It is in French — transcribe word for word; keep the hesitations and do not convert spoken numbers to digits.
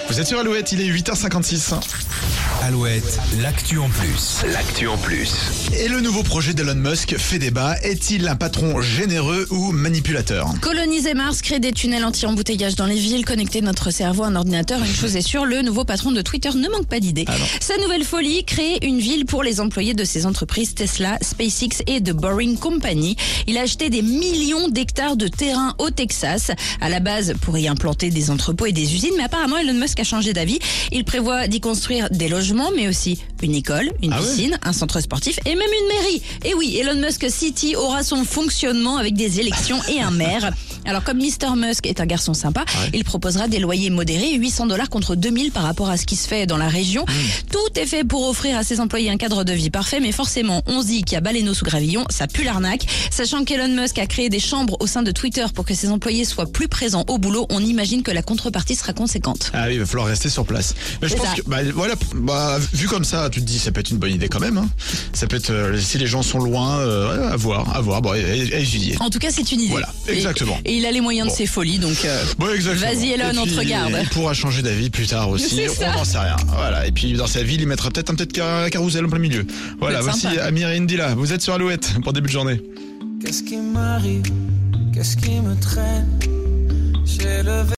Vous êtes sur Alouette, il est huit heures cinquante-six. Alouette, l'actu en plus. L'actu en plus. Et le nouveau projet d'Elon Musk fait débat. Est-il un patron généreux ou manipulateur ? Coloniser Mars, créer des tunnels anti-embouteillage dans les villes, connecter notre cerveau à un ordinateur, une chose est sûre, le nouveau patron de Twitter ne manque pas d'idées. Ah Sa nouvelle folie, créer une ville pour les employés de ses entreprises Tesla, SpaceX et The Boring Company. Il a acheté des millions d'hectares de terrain au Texas, à la base pour y implanter des entrepôts et des usines, mais apparemment Elon Musk a changé d'avis. Il prévoit d'y construire des logements, mais aussi une école, une ah piscine, ouais un centre sportif et même une mairie. Et oui, Elon Musk City aura son fonctionnement avec des élections et un maire. Alors comme mister Musk est un garçon sympa, ouais. il proposera des loyers modérés, huit cents dollars contre deux mille par rapport à ce qui se fait dans la région. Mmh. Tout est fait pour offrir à ses employés un cadre de vie parfait, mais forcément, on se dit qu'il y a baleineau sous gravillon, ça pue l'arnaque. Sachant qu'Elon Musk a créé des chambres au sein de Twitter pour que ses employés soient plus présents au boulot, on imagine que la contrepartie sera conséquente. Ah oui, il va falloir rester sur place. Mais je C'est pense ça. que, bah, voilà, bah, vu comme ça, tu te dis, ça peut être une bonne idée quand même. Hein. Ça peut être, euh, si les gens sont loin, euh, à voir, à voir, bon, à, à étudier. En tout cas, c'est une idée. Voilà, exactement. Et, et il a les moyens Bon. de ses folies, donc euh, Bon, exactement. vas-y Elon, Et on te puis, regarde. Il pourra changer d'avis plus tard aussi, C'est on ça. n'en sait rien. Voilà. Et puis dans sa ville, il mettra peut-être un peut-être un carrousel en plein milieu. Voilà, Peut-être voici sympa. Amir et Indila, vous êtes sur Alouette pour début de journée. Qu'est-ce qui m'arrive? Qu'est-ce qui me traîne? J'ai levé